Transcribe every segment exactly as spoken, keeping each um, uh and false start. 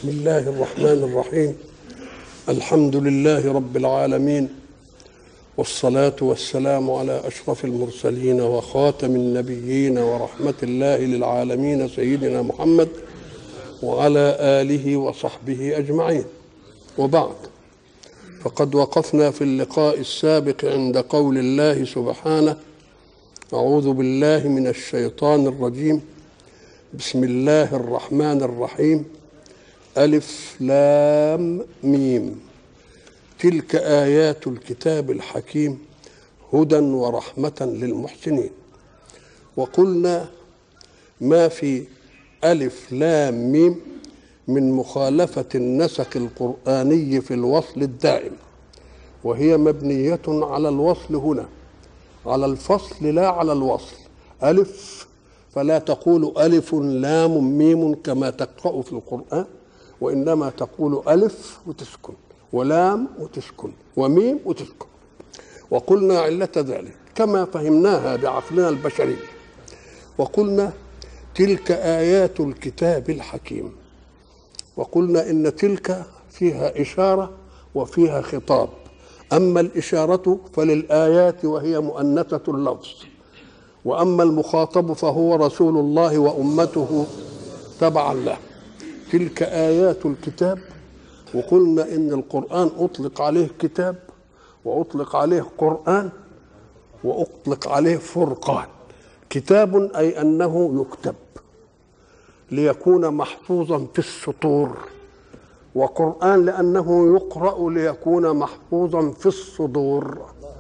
بسم الله الرحمن الرحيم. الحمد لله رب العالمين، والصلاة والسلام على أشرف المرسلين وخاتم النبيين ورحمة الله للعالمين سيدنا محمد وعلى آله وصحبه أجمعين، وبعد، فقد وقفنا في اللقاء السابق عند قول الله سبحانه: أعوذ بالله من الشيطان الرجيم، بسم الله الرحمن الرحيم، ألف لام ميم، تلك آيات الكتاب الحكيم هدى ورحمة للمحسنين. وقلنا ما في ألف لام ميم من مخالفة النسق القرآني في الوصل الدائم، وهي مبنية على الوصل هنا، على الفصل لا على الوصل. ألف فلا تقول ألف لام ميم كما تقرأ في القرآن، وإنما تقول ألف وتسكن، ولام وتسكن، وميم وتسكن. وقلنا علة ذلك كما فهمناها بعقلنا البشري. وقلنا تلك آيات الكتاب الحكيم، وقلنا إن تلك فيها إشارة وفيها خطاب. أما الإشارة فللآيات وهي مؤنثة اللفظ، وأما المخاطب فهو رسول الله وأمته تبعا له. تلك آيات الكتاب، وقلنا إن القرآن أطلق عليه كتاب، وأطلق عليه قرآن، وأطلق عليه فرقان. كتاب أي أنه يكتب ليكون محفوظا في السطور، وقرآن لأنه يقرأ ليكون محفوظا في الصدور،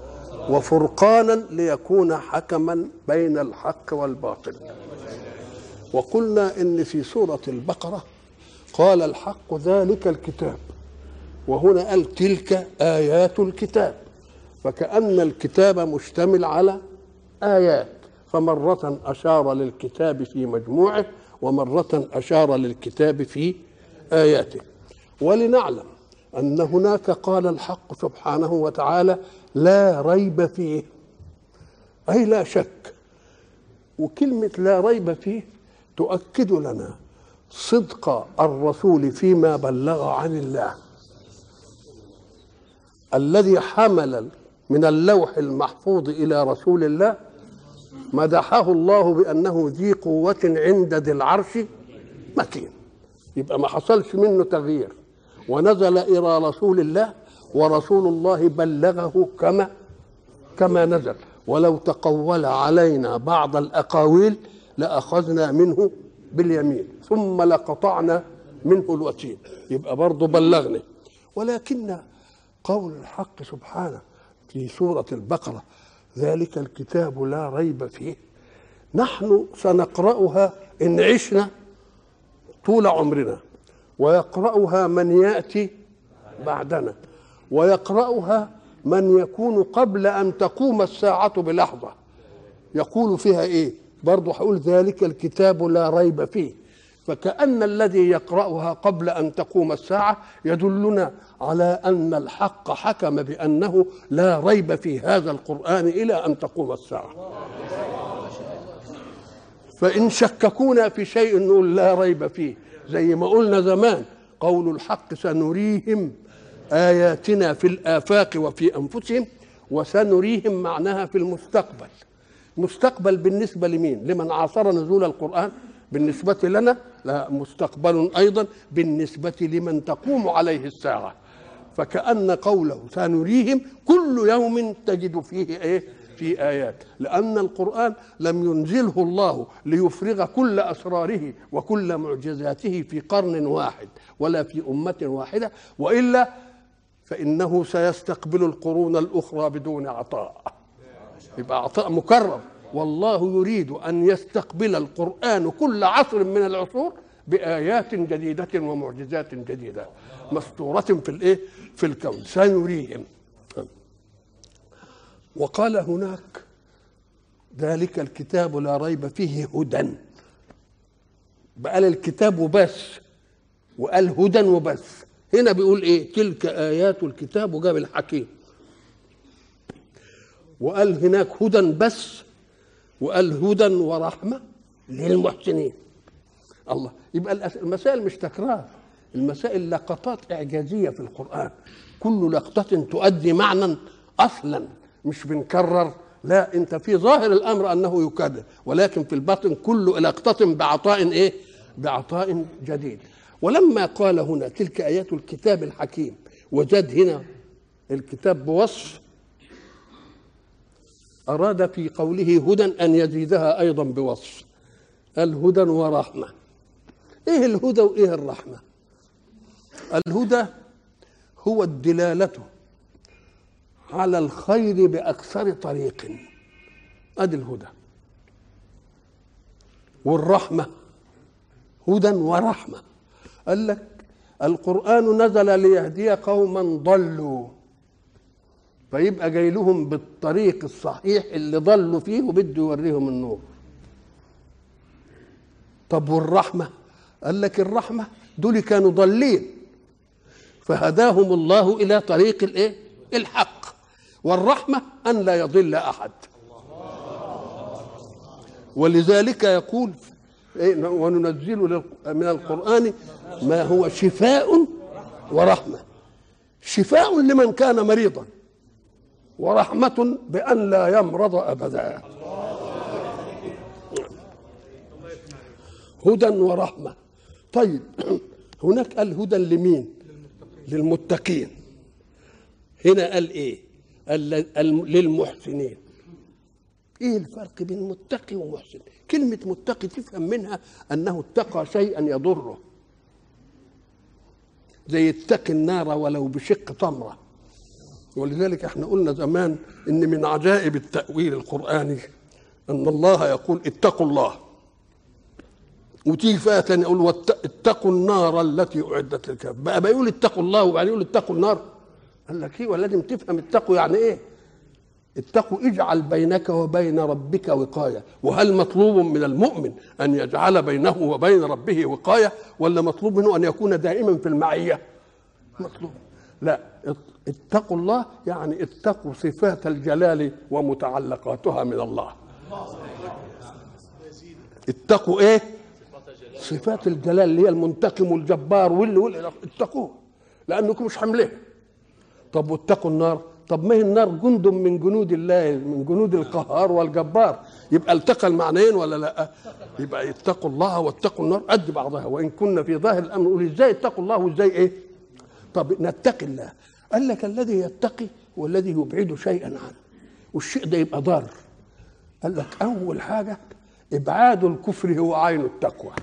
وفرقانا ليكون حكما بين الحق والباطل. وقلنا إن في سورة البقرة قال الحق ذلك الكتاب، وهنا قال تلك آيات الكتاب، فكأن الكتاب مشتمل على آيات، فمرة أشار للكتاب في مجموعه، ومرة أشار للكتاب في آياته. ولنعلم أن هناك قال الحق سبحانه وتعالى لا ريب فيه، أي لا شك. وكلمة لا ريب فيه تؤكد لنا صدق الرسول فيما بلغ عن الله، الذي حمل من اللوح المحفوظ إلى رسول الله مدحه الله بأنه ذي قوة عند ذي العرش مكين. يبقى ما حصلش منه تغيير، ونزل إلى رسول الله، ورسول الله بلغه كما كما نزل. ولو تقول علينا بعض الأقاويل لأخذنا منه باليمين ثم لقطعنا منه الوتين، يبقى برضه بلغنا. ولكن قول الحق سبحانه في سورة البقرة ذلك الكتاب لا ريب فيه، نحن سنقرأها إن عشنا طول عمرنا، ويقرأها من يأتي بعدنا، ويقرأها من يكون قبل أن تقوم الساعة بلحظة. يقول فيها إيه؟ برضو هقول ذلك الكتاب لا ريب فيه، فكأن الذي يقرأها قبل أن تقوم الساعة يدلنا على أن الحق حكم بأنه لا ريب في هذا القرآن إلى أن تقوم الساعة. فإن شككونا في شيء نقول لا ريب فيه، زي ما قلنا زمان قول الحق سنريهم آياتنا في الآفاق وفي أنفسهم، وسنريهم معناها في المستقبل. مستقبل بالنسبة لمين؟ لمن عاصر نزول القرآن. بالنسبة لنا لا، مستقبل أيضا بالنسبة لمن تقوم عليه الساعة. فكأن قوله سنريهم كل يوم تجد فيه إيه؟ في آيات، لأن القرآن لم ينزله الله ليفرغ كل أسراره وكل معجزاته في قرن واحد ولا في أمة واحدة، وإلا فإنه سيستقبل القرون الأخرى بدون عطاء، يبقى عطاء مكرم. والله يريد أن يستقبل القرآن كل عصر من العصور بآيات جديدة ومعجزات جديدة مستورة في الإيه؟ في الكون. سنريهم. وقال هناك ذلك الكتاب لا ريب فيه هدى، بقال الكتاب وبس، وقال هدى وبس. هنا بيقول إيه؟ تلك آيات الكتاب، وجاب الحكيم، وقال هناك هدى بس، وقال هدى ورحمة للمحسنين. الله، يبقى المسائل مش تكرار، المسائل لقطات إعجازية في القرآن، كل لقطة تؤدي معنى أصلا، مش بنكرر، لا، أنت في ظاهر الأمر أنه يكرر، ولكن في الباطن كل لقطة بعطاء إيه؟ بعطاء جديد. ولما قال هنا تلك آيات الكتاب الحكيم، وزاد هنا الكتاب بوصف، أراد في قوله هدى أن يزيدها أيضا بوصف، الهدى ورحمة. إيه الهدى وإيه الرحمة؟ الهدى هو الدلالة على الخير بأكثر طريق، أدي الهدى. والرحمة هدى ورحمة، قال لك القرآن نزل ليهدي قوما ضلوا، فيبقى جاي لهم بالطريق الصحيح اللي ضلوا فيه وبده يوريهم النور. طب والرحمة؟ قال لك الرحمة دول كانوا ضالين فهداهم الله إلى طريق الايه؟ الحق. والرحمة أن لا يضل أحد. ولذلك يقول وننزل من القرآن ما هو شفاء ورحمة. شفاء لمن كان مريضا، ورحمة بأن لا يمرض أبدا. هدى ورحمة. طيب هناك قال هدى لمين؟ للمتقين. هنا قال ايه؟ قال للمحسنين. ايه الفرق بين متقي ومحسن؟ كلمة متقي تفهم منها انه اتقى شيئا يضره، زي اتقي النار ولو بشق تمرة. ولذلك احنا قلنا زمان ان من عجائب التأويل القرآني ان الله يقول اتقوا الله، وتيجي فيها ثانيه يقول اتقوا النار التي اعدت للكافرين. بقى بيقول اتقوا الله وبعدين يقول اتقوا النار. قال لك ايه؟ ولازم تفهم اتقوا يعني ايه. اتقوا اجعل بينك وبين ربك وقايه. وهل مطلوب من المؤمن ان يجعل بينه وبين ربه وقايه، ولا مطلوب منه ان يكون دائما في المعيه؟ مطلوب. لا، اتقوا الله يعني اتقوا صفات الجلال ومتعلقاتها من الله. اتقوا ايه؟ صفات الجلال اللي هي المنتقم والجبار واللي واللي اتقوه لانكم مش حمليه. طب واتقوا النار؟ طب ما هي النار جند من جنود الله، من جنود القهار والجبار، يبقى التقى المعنيين ولا لا؟ يبقى اتقوا الله واتقوا النار قد بعضها. وان كنا في ظاهر الامر نقول ازاي اتقوا الله وازاي ايه؟ طب نتقي الله. قال لك الذي يتقي والذي يبعد شيئا عنه، والشيء ده يبقى ضار. قال لك اول حاجه ابعاد الكفر هو عين التقوى.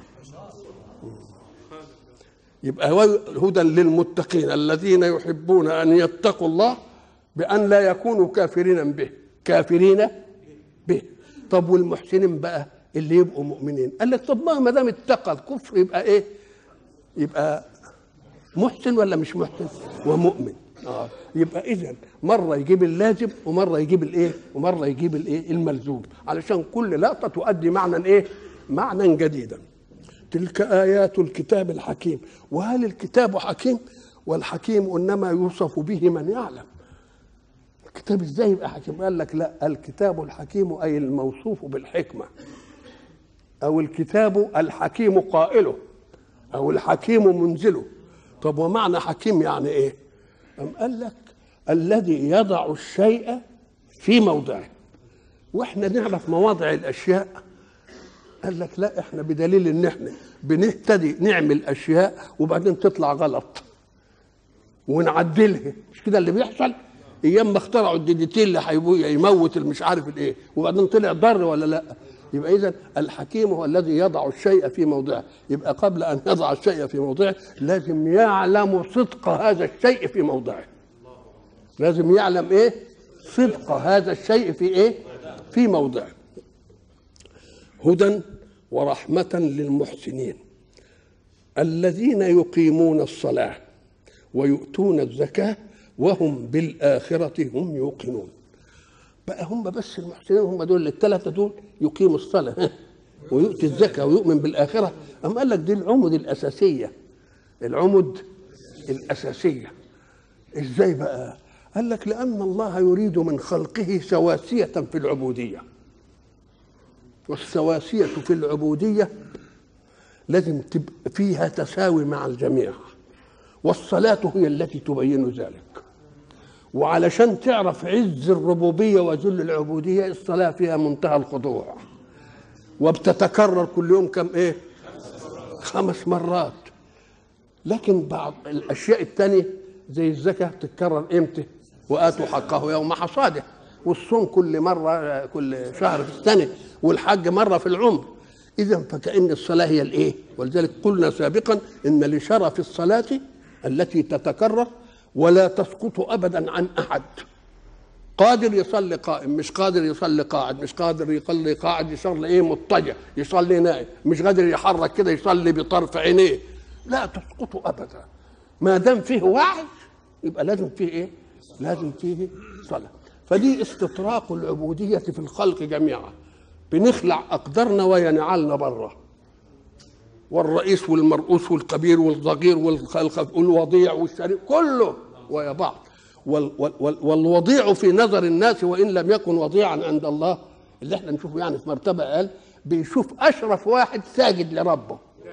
يبقى هدى للمتقين الذين يحبون ان يتقوا الله بان لا يكونوا كافرين به، كافرين به. طب والمحسنين بقى اللي يبقوا مؤمنين؟ قال لك طب ما دام اتقى الكفر يبقى ايه؟ يبقى محسن ولا مش محسن؟ ومؤمن. اه يبقى اذا مره يجيب اللازم ومره يجيب الايه؟ ومره يجيب الايه؟ الملزوم، علشان كل لقطه تؤدي معنى ايه؟ معنى جديدا. تلك آيات الكتاب الحكيم. وهل الكتاب حكيم؟ والحكيم إنما يوصف به من يعلم. الكتاب ازاي يبقى حكيم؟ قال لك لا، الكتاب الحكيم أي الموصوف بالحكمة، أو الكتاب الحكيم قائله، أو الحكيم منزله. طب ومعنى حكيم يعني إيه؟ أم قال لك الذي يضع الشيء في موضعه. وإحنا نعرف مواضع الأشياء. قال لك لا، احنا بدليل ان احنا بنهتدي نعمل اشياء وبعدين تطلع غلط ونعدلها، مش كده اللي بيحصل؟ ايام ما اخترعوا الديديتين اللي هيموت المش عارف الايه وبعدين طلع ضر ولا لا؟ يبقى اذا الحكيم هو الذي يضع الشيء في موضعه. يبقى قبل ان يضع الشيء في موضعه لازم يعلم صدق هذا الشيء في موضعه. لازم يعلم ايه؟ صدق هذا الشيء في ايه؟ في موضعه. هدى ورحمة للمحسنين الذين يقيمون الصلاة ويؤتون الزكاة وهم بالآخرة هم يوقنون. بقى هم بس المحسنين هم دول الثلاثة دول يقيموا الصلاة ويؤتي الزكاة ويؤمن بالآخرة؟ أم قال لك دي العمد الأساسية. العمد الأساسية إزاي بقى؟ قال لك لأن الله يريد من خلقه سواسية في العبودية، والسواسية في العبودية لازم تبقى فيها تساوي مع الجميع. والصلاة هي التي تبين ذلك. وعلشان تعرف عز الربوبية وذل العبودية الصلاة فيها منتهى الخضوع، وبتتكرر كل يوم كم ايه؟ خمس مرات. لكن بعض الاشياء التانية زي الزكاة تتكرر امتى؟ وآتوا حقه يوم حصاده، والصوم كل مرة كل شهر في السنة، والحج مرة في العمر. إذا فكأن الصلاة هي الإيه؟ ولذلك قلنا سابقا إن لشرف الصلاة التي تتكرر ولا تسقط أبدا عن أحد. قادر يصلي قائم، مش قادر يصلي قاعد، مش قادر يصلي قاعد، يصلي إيه مضطجع، يصلي نائم، مش قادر يحرك كده يصلي بطرف عينيه، لا تسقط أبدا. ما دام فيه وعي يبقى لازم فيه إيه؟ لازم فيه صلاة. فدي استطراق العبودية في الخلق جميعا. بنخلع أقدارنا وينعلنا بره، والرئيس والمرؤوس والكبير والصغير والوضيع والشريف كله ويا بعض. والوضيع في نظر الناس وإن لم يكن وضيعا عند الله، اللي احنا نشوفه يعني في مرتبة قال بيشوف أشرف واحد ساجد لربه،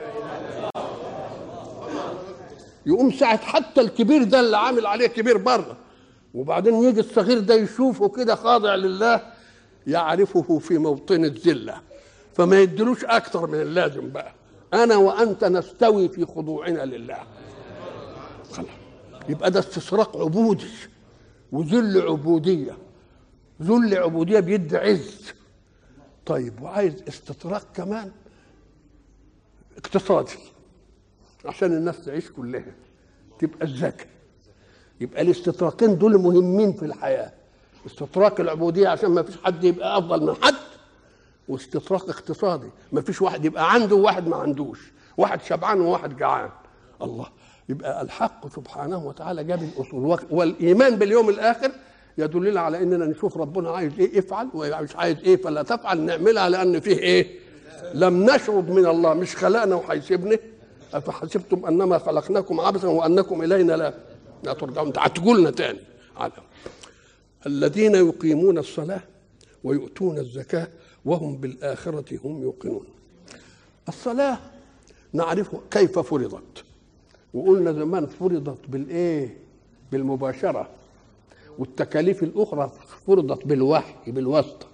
يقوم ساعة حتى الكبير ده اللي عامل عليه كبير بره، وبعدين يجي الصغير ده يشوفه كده خاضع لله، يعرفه في موطن الذلة، فما يدلوش أكتر من اللازم. بقى أنا وأنت نستوي في خضوعنا لله. خلاص، يبقى ده استسراق عبودي وذل عبودية. ذل عبودية بيدي عز. طيب، وعايز استطراق كمان اقتصادي عشان الناس تعيش كلها، تبقى الزكاة. يبقى الاستطراقين دول مهمين في الحياة. استطراق العبودية عشان ما فيش حد يبقى أفضل من حد، واستطراق اقتصادي ما فيش واحد يبقى عنده وواحد ما عندوش، واحد شبعان وواحد جعان. الله، يبقى الحق سبحانه وتعالى جاب الأصول. والإيمان باليوم الآخر يدلنا على إننا نشوف ربنا عايز إيه افعل، ومش عايز إيه فلا تفعل، نعملها لأن فيه إيه؟ لم نشرب من الله، مش خلقنا وهيسيبنا. أفحسبتم أنما خلقناكم عبثا وأنكم إلينا لا لا ترجعون. تعتقوا لنا تاني على الذين يقيمون الصلاة ويؤتون الزكاة وهم بالآخرة هم يوقنون. الصلاة نعرف كيف فرضت، وقلنا زمان فرضت بالإيه؟ بالمباشرة، والتكاليف الأخرى فرضت بالوحي بالواسطة.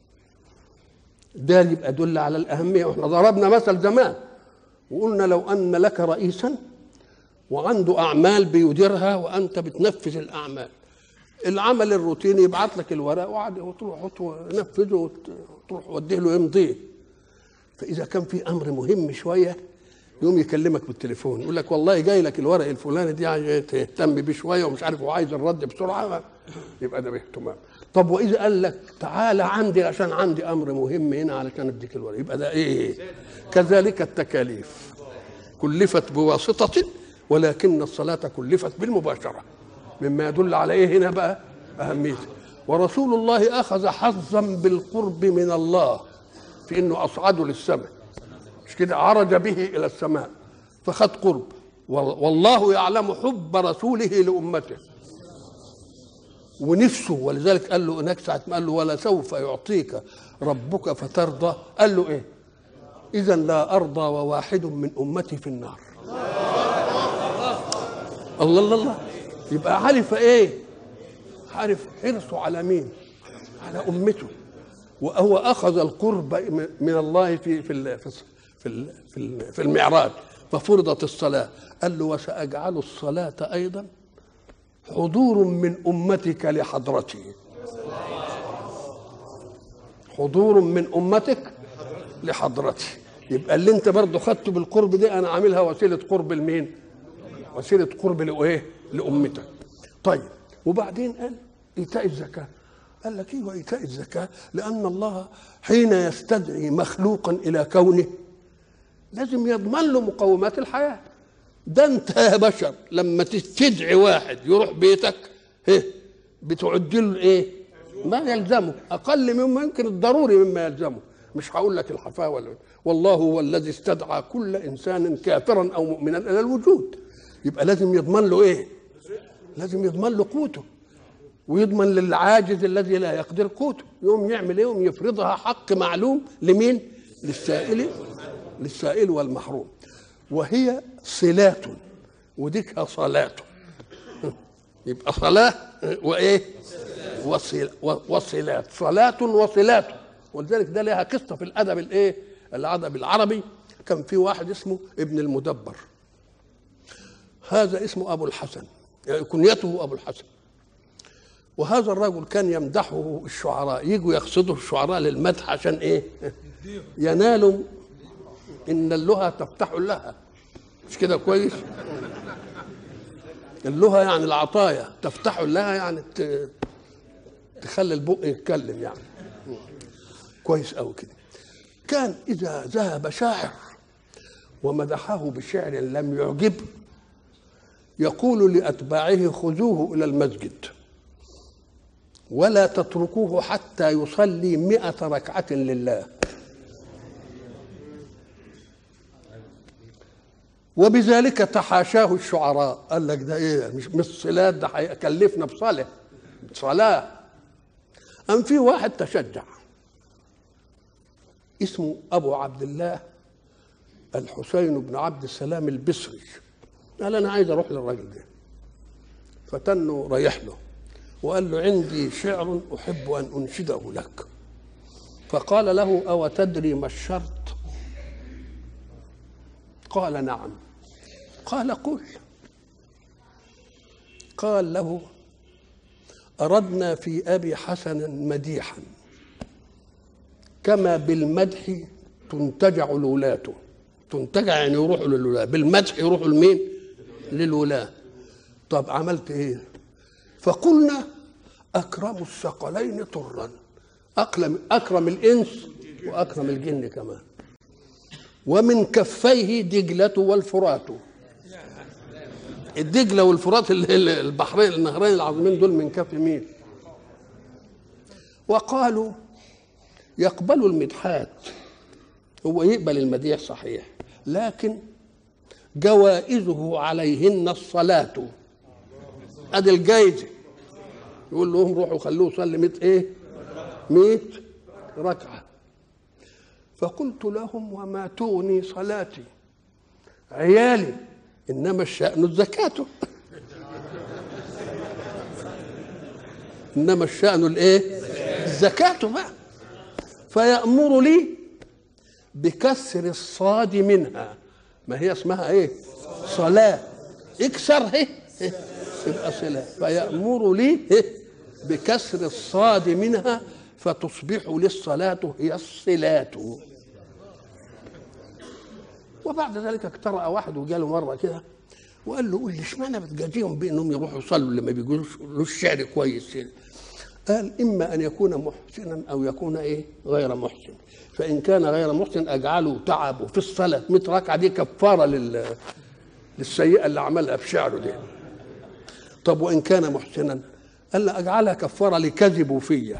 ده يبقى دل على الأهمية. وإحنا ضربنا مثل زمان وقلنا لو أن لك رئيسا وعنده أعمال بيديرها وأنت بتنفذ الأعمال، العمل الروتيني يبعت لك الورق وتروح تنفذه وتروح وديه له يمضيه. فإذا كان في أمر مهم شوية يوم يكلمك بالتليفون يقول لك والله جاي لك الورق الفلاني دي عايز تهتم بيه شوية ومش عارف وعايز الرد بسرعة، يبقى ده باهتمام. طب وإذا قال لك تعالى عندي عشان عندي أمر مهم هنا علشان أديك الورق، يبقى ده إيه؟ كذلك التكاليف كلفت بواسطة، ولكن الصلاة كلفت بالمباشرة، مما يدل على إيه هنا بقى؟ أهميته. ورسول الله أخذ حظا بالقرب من الله في إنه أصعده للسماء، مش كده؟ عرج به إلى السماء فخد قرب، والله يعلم حب رسوله لأمته ونفسه. ولذلك قال له هناك ساعة ما قال له ولا سوف يعطيك ربك فترضى، قال له إيه؟ إذا لا أرضى وواحد من أمتي في النار. الله الله الله. يبقى عارف إيه؟ عارف حرصه على مين؟ على أمته. وهو أخذ القرب من الله في في في في في المعراج، ففرضت الصلاة. قال له وسأجعل الصلاة أيضا حضور من أمتك لحضرتي. حضور من أمتك لحضرتي. يبقى اللي انت برضه خدته بالقرب دي انا عاملها وسيله قرب لمين؟ وسيله قرب لايه؟ لامتك. طيب، وبعدين قال ايتاء الزكاه. قال لك ايه وايتاء الزكاه؟ لان الله حين يستدعي مخلوقا الى كونه لازم يضمن له مقومات الحياه. ده انت يا بشر لما تستدعي واحد يروح بيتك ايه؟ بتعد له ايه؟ ما يلزمه، اقل مما يمكن الضروري مما يلزمه. مش هقول لك الحفاوه ولا، والله هو الذي استدعى كل انسان كافرا او مؤمنا الى الوجود. يبقى لازم يضمن له ايه؟ لازم يضمن له قوته، ويضمن للعاجز الذي لا يقدر قوته. يوم يعمل ايه؟ يوم يفرضها حق معلوم لمين؟ للسائل للسائل والمحروم. وهي صلات وديكها صلاته. يبقى صلاة وإيه؟ وصل وصلات، صلاة وصلات. ولذلك ده لها قصة في الأدب الإيه؟ الأدب العربي. كان في واحد اسمه ابن المدبر، هذا اسمه أبو الحسن، يعني كنيته أبو الحسن. وهذا الرجل كان يمدحه الشعراء، يجوا يقصدوا الشعراء للمدح عشان إيه؟ ينالوا إن اللغة تفتح لها، مش كده كويس؟ اللغة يعني العطايا تفتح لها، يعني تخلي البق يتكلم، يعني كويس أوي كده. كان إذا ذهب شاعر ومدحه بشعر لم يعجبه يقول لأتباعه خذوه إلى المسجد ولا تتركوه حتى يصلي مئة ركعة لله. وبذلك تحاشاه الشعراء، قال لك ده ايه؟ مش مش صلاه، ده هيكلفنا بصلاه صلاه. أم في واحد تشجع اسمه أبو عبد الله الحسين بن عبد السلام البصري، قال أنا عايز أروح للراجل ده. فتنه رايح له وقال له عندي شعر أحب أن أنشده لك. فقال له أو تدري ما الشرط؟ قال نعم. قال قل. قال له أردنا في أبي حسن مديحا كما بالمدح تنتجع الولاة. تنتجع يعني يروحوا للولاة، بالمدح يروحوا لمين؟ للولاة. طب عملت ايه؟ فقلنا أكرم الثقلين طرا، أكرم, أكرم الإنس وأكرم الجن كمان، ومن كفيه دجلة والفرات. الدجلة والفرات البحرين النهرين العظيمين دول من كف مين؟ وقالوا يقبل المدحات، هو يقبل المديح صحيح، لكن جوائزه عليهن الصلاة. ادي الجايزة، يقول لهم روحوا خلوه يصلي مئة ايه؟ مئة ركعة. فقلت لهم وما تغني صلاتي عيالي، انما الشأن الزكاة. انما الشأن الايه؟ الزكاة بقى. فيأمر لي بكسر الصاد منها، ما هي اسمها ايه؟ صلاة، اكسرها يبقى صلاة. فيأمر لي بكسر الصاد منها فتصبح للصلاة هي الصلاة. وبعد ذلك اقترأ واحد وجاله مرة كده وقال له قول لي اشمعنى بتجازيهم بانهم يروحوا يصلوا اللي ما بيقولوش الشعر كويس؟ قال اما ان يكون محسنا او يكون ايه؟ غير محسن. فان كان غير محسن اجعله تعبه في الصلاه مئة ركعه دي كفاره لل للسيئه اللي عملها بشعره دي. طب وان كان محسنا قال له اجعلها كفاره لكذبوا فيا.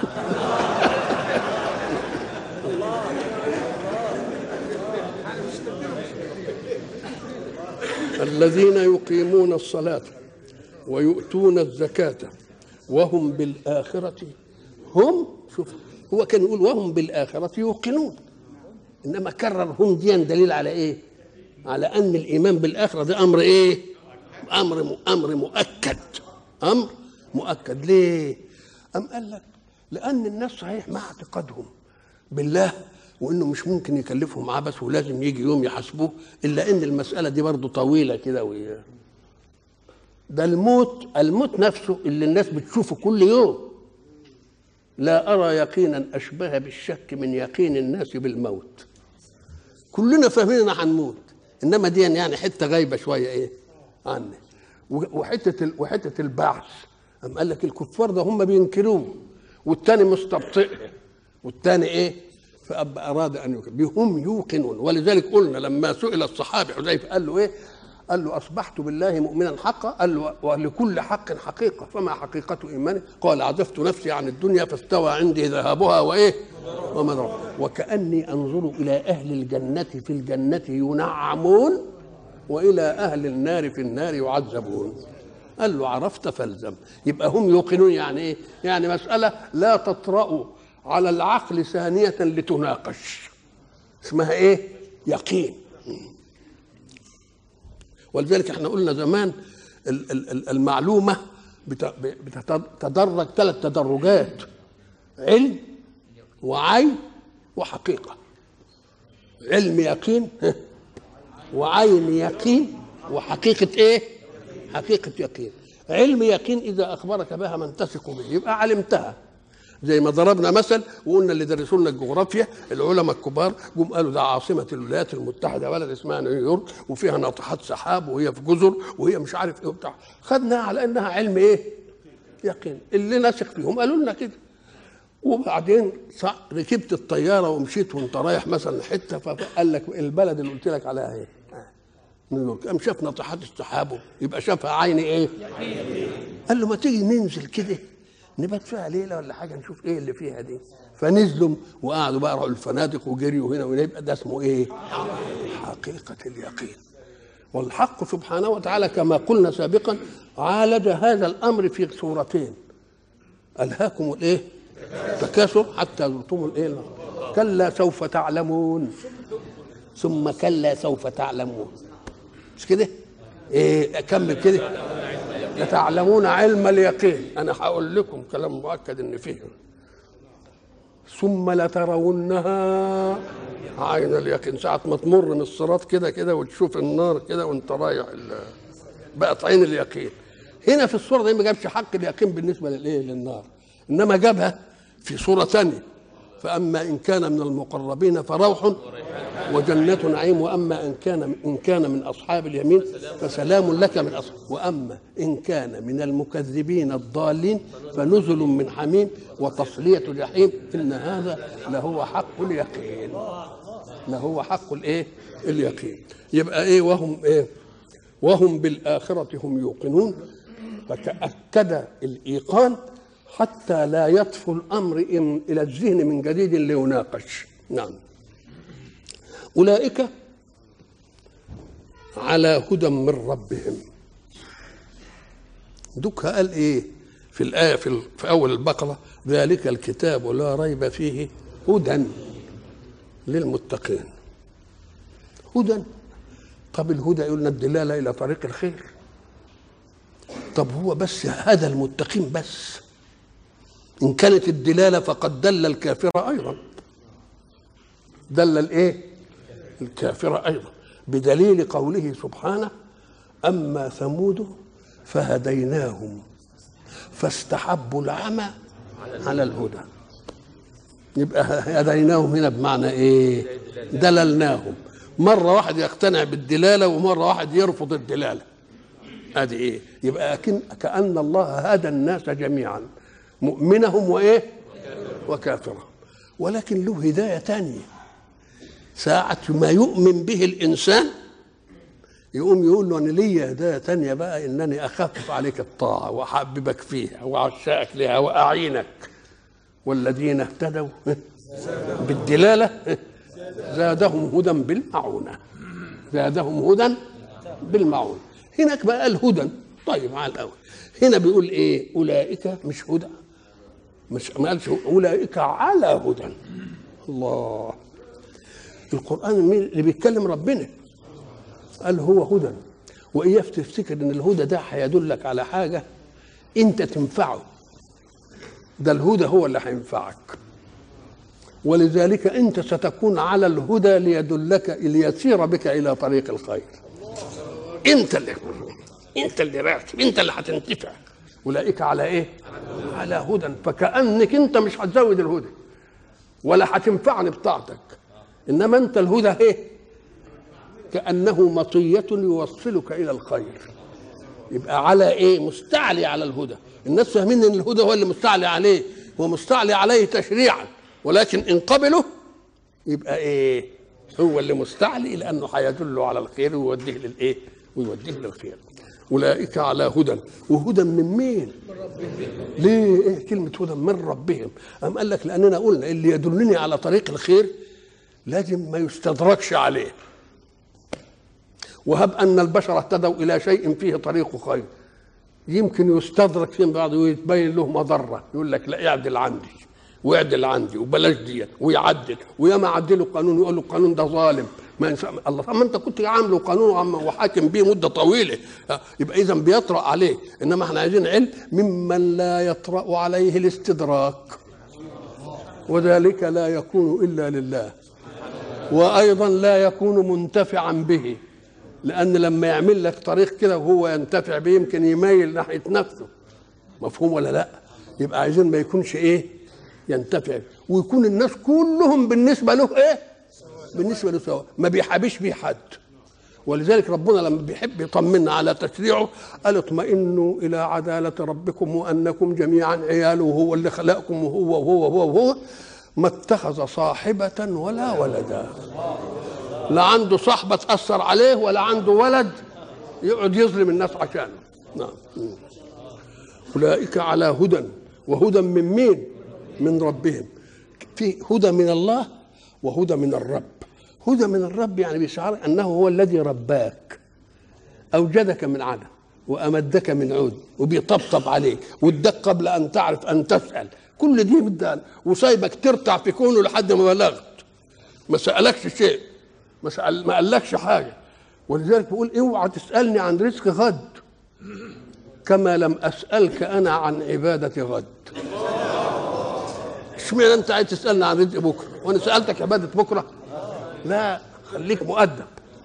الذين يقيمون الصلاه ويؤتون الزكاه وهم بالآخرة هم، شوف هو كان يقول وهم بالآخرة يوقنون، إنما كرر هم دي دليل على إيه؟ على أن الإيمان بالآخرة ده أمر إيه؟ أمر أمر مؤكد، أمر مؤكد. ليه؟ أم قال لك لأن الناس صحيح مع اعتقادهم بالله وإنه مش ممكن يكلفهم عبث ولازم يجي يوم يحاسبوه، إلا إن المسألة دي برضه طويلة كده وإيه؟ ده الموت، الموت نفسه اللي الناس بتشوفه كل يوم. لا أرى يقينا أشبه بالشك من يقين الناس بالموت. كلنا فاهمين إن هنموت، إنما دي يعني حتة غايبة شوية إيه عنه. وحتة وحتة البعث، أم قال لك الكفار ده هم بينكروه والتاني مستبطئ والتاني إيه؟ فأبقى أراد أن يوقن بهم يوقنون. ولذلك قلنا لما سئل الصحابي حذيفة قال له إيه؟ قال له أصبحت بالله مؤمنا حقا. قال له ولكل حق حقيقة، فما حقيقة إيمانه؟ قال عزفت نفسي عن الدنيا فاستوى عندي ذهابها وإيه ومن، وكأني أنظر إلى أهل الجنة في الجنة ينعمون وإلى أهل النار في النار يعذبون. قال له عرفت فالزم. يبقى هم يوقنون يعني إيه؟ يعني مسألة لا تطرأ على العقل ثانية لتناقش، اسمها إيه؟ يقين. ولذلك احنا قلنا زمان المعلومه بتتدرج ثلاث تدرجات: علم وعين وحقيقه. علم يقين وعين يقين وحقيقه ايه؟ حقيقه يقين. علم يقين اذا اخبرك بها من تثق به يبقى علمتها، زي ما ضربنا مثل وقلنا اللي درسوا لنا الجغرافيا العلماء الكبار جم قالوا ده عاصمه الولايات المتحده بلد اسمها نيويورك وفيها ناطحات سحاب وهي في جزر وهي مش عارف ايه وبتاع، خدناها على انها علم ايه؟ يقين. اللي نثق فيهم قالوا لنا كده. وبعدين ركبت الطياره ومشيت وانت رايح مثلا حته فقال لك البلد اللي قلت لك عليها ايه؟ نيويورك. قام شاف ناطحات السحاب يبقى شافها عيني ايه؟ قال له ما تيجي ننزل كده نبات فيها ليله ولا حاجه نشوف ايه اللي فيها دي. فنزلوا وقعدوا بقى راحوا الفنادق وجريوا هنا وهنا. يبقى ده اسمه ايه؟ حقيقه اليقين. والحق سبحانه وتعالى كما قلنا سابقا عالج هذا الامر في صورتين: الهاكم الايه؟ تكاثر حتى زرتم الايه؟ كلا سوف تعلمون ثم كلا سوف تعلمون. مش كده؟ ايه اكمل كده؟ لتعلمون علم اليقين. انا هقول لكم كلام مؤكد ان فيه ثم لترونها عين اليقين. ساعه ما تمر من الصراط كده كده وتشوف النار كده وانت رايح بقت عين اليقين. هنا في الصوره دي ما جابش حق اليقين بالنسبه للايه؟ للنار، انما جابها في صوره ثانيه: فاما ان كان من المقربين فروح وجنة نعيم واما ان كان ان كان من اصحاب اليمين فسلام لك من اصحاب واما ان كان من المكذبين الضالين فنزل من حميم وتصلية جحيم ان هذا لهو حق اليقين. لهو حق الايه؟ اليقين. يبقى ايه؟ وهم ايه؟ وهم بالآخرة هم يوقنون. فتأكد الإيقان حتى لا يطفو الأمر إلى الذهن من جديد ليناقش. نعم. أولئك على هدى من ربهم. دوك قال إيه في الآية في, في أول البقرة: ذلك الكتاب لا ريب فيه هدى للمتقين. هدى. طب الهدى يقولنا الدلالة إلى طريق الخير. طب هو بس هدى المتقين بس؟ إن كانت الدلالة فقد دل الكافر أيضا. دل الإيه؟ الكافر أيضا، بدليل قوله سبحانه: أما ثمود فهديناهم فاستحبوا العمى على الهدى. يبقى هديناهم هنا بمعنى إيه؟ دللناهم. مرة واحد يقتنع بالدلالة ومرة واحد يرفض الدلالة. ادي ايه؟ يبقى كأن الله هدى الناس جميعا، مؤمنهم وايه؟ وكافرهم. ولكن له هداية تانية. ساعة ما يؤمن به الإنسان يقوم يقول له: أنا ليا هداية تانية بقى، إنني أخفف عليك الطاعة وأحببك فيها وأعشقك لها وأعينك. والذين اهتدوا بالدلالة زادهم هدى بالمعونة. زادهم هدى بالمعونة. هناك بقى الهدى. طيب على الأول هنا بيقول إيه؟ أولئك مش هدى، مش ما قالش أولئك على هدى. الله. القرآن مين اللي بيتكلم؟ ربنا قال هو هدى. وإياك تفتكر إن الهدى ده هيدلك على حاجة أنت تنفعه. ده الهدى هو اللي هينفعك، ولذلك أنت ستكون على الهدى ليدلك ليسير بك إلى طريق الخير. أنت اللي أنت اللي راكب، أنت اللي هتنتفع. أولئك على إيه؟ على هدى. فكأنك أنت مش هتزود الهدى ولا هتنفعني بطاعتك، إنما أنت الهدى إيه؟ كأنه مطية يوصلك إلى الخير. يبقى على إيه؟ مستعلي على الهدى. الناس فاهمين إن الهدى هو اللي مستعلي عليه، هو مستعلي عليه تشريعا، ولكن إن قبله يبقى إيه؟ هو اللي مستعلي لأنه هيدله على الخير ويوديه للإيه؟ ويوديه للخير. أولئك على هدى. وهدى من مين؟ ليه إيه كلمة هدى من ربهم؟ أم قال لك لأننا قلنا اللي يدلني على طريق الخير لازم ما يستدركش عليه. وهب أن البشر اهتدوا إلى شيء فيه طريق خير، يمكن يستدرك فيه بعض ويتبين له مضرة، يقول لك لا اعدل عندي واعدل عندي وبلاش دي، ويعدل. وياما عدلوا قانون يقول له القانون ده ظالم ما الله طب ما انت كنت عامله قانون وحاكم بيه مده طويله، يبقى اذا بيطرأ عليه. انما احنا عايزين علم ممن لا يطرأ عليه الاستدراك، وذلك لا يكون الا لله، وايضا لا يكون منتفعا به، لان لما يعمل لك طريق كده وهو ينتفع به يمكن يميل ناحيه نفسه. مفهوم ولا لا؟ يبقى عايزين ما يكونش ايه ينتفع، ويكون الناس كلهم بالنسبه له ايه بالنسبه له سواء، ما بيحابيش بيه حد. ولذلك ربنا لما بيحب يطمنا على تشريعه قال اطمئنوا الى عداله ربكم وانكم جميعا عياله، وهو اللي خلقكم وهو وهو وهو وهو ما اتخذ صاحبه ولا ولدا. لا عنده صاحبه تاثر عليه ولا عنده ولد يقعد يظلم الناس عشانه. نعم. اولئك على هدى، وهدى من مين؟ من ربهم. في هدى من الله وهدى من الرب. هدى من الرب يعني بيشعر انه هو الذي رباك، اوجدك من عدم وامدك من عود وبيطبطب عليك واداك قبل ان تعرف ان تسال، كل دي مدان وسايبك ترتع في كونه لحد ما بلغت، ما سالكش شيء، ما سأل ما قالكش حاجه. ولذلك بيقول اوعى تسالني عن رزق غد كما لم اسالك انا عن عباده غد. اشمعنى انت عايز تسالني عن رزق بكره وانا سالتك عباده بكره؟ لا، خليك مؤدب.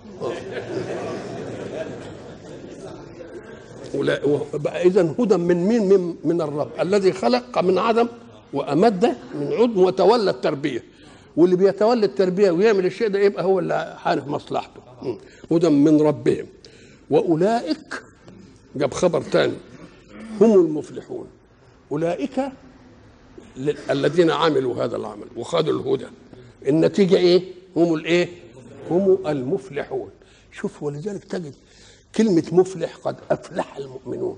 اذا هدى من مين؟ من, من الرب الذي خلق من عدم وامد من عدم وتولى التربيه، واللي بيتولى التربيه ويعمل الشيء ده يبقى هو اللي عارف مصلحته. هدى من ربهم واولئك جاب خبر ثاني هم المفلحون. اولئك الذين عملوا هذا العمل وخذوا الهدى، النتيجه ايه؟ هم الايه؟ هم المفلحون. شوف ولذلك تجد كلمه مفلح قد افلح المؤمنون،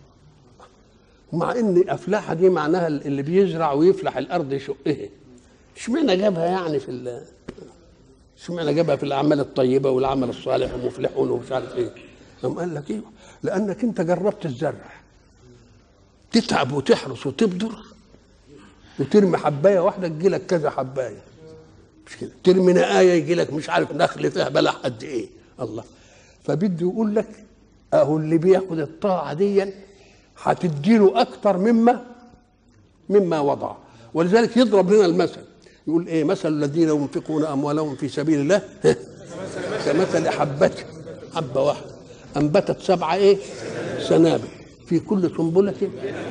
مع ان افلح دي معناها اللي بيزرع ويفلح الارض يشقها. اشمعنى جابها يعني في اشمعنى جابها في الاعمال الطيبه والعمل الصالح ومفلحون ومش عارف ايه؟ قام قال لك ايه؟ لانك انت جربت الزرع، تتعب وتحرس وتبذر وترمي حبايه واحده تجي لك كذا حبايه، مش كده؟ ترمي نقايه يجي لك مش عارف نخل فيها بلح قد ايه. الله، فبده يقول لك اهو اللي بياخد الطاعه دي هتديله اكتر مما مما وضع. ولذلك يضرب لنا المثل يقول ايه؟ مثل الذين ينفقون اموالهم في سبيل الله كمثل حبه حبه واحده انبتت سبعه ايه سنابل في كل سنبله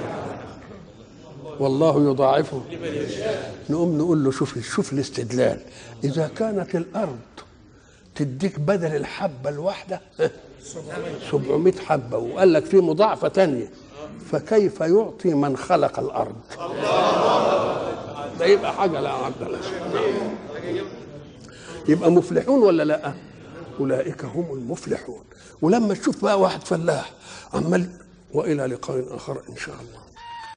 والله يضاعفه. نقوم نقول له شوف شوف الاستدلال، اذا كانت الارض تديك بدل الحبه الواحده سبعمائة حبه وقال لك في مضاعفه ثانيه، فكيف يعطي من خلق الارض؟ ده يبقى حاجه لا عبد الله. يبقى مفلحون ولا لا؟ اولئك هم المفلحون. ولما تشوف بقى واحد فلاح عمال، والى لقاء اخر ان شاء الله.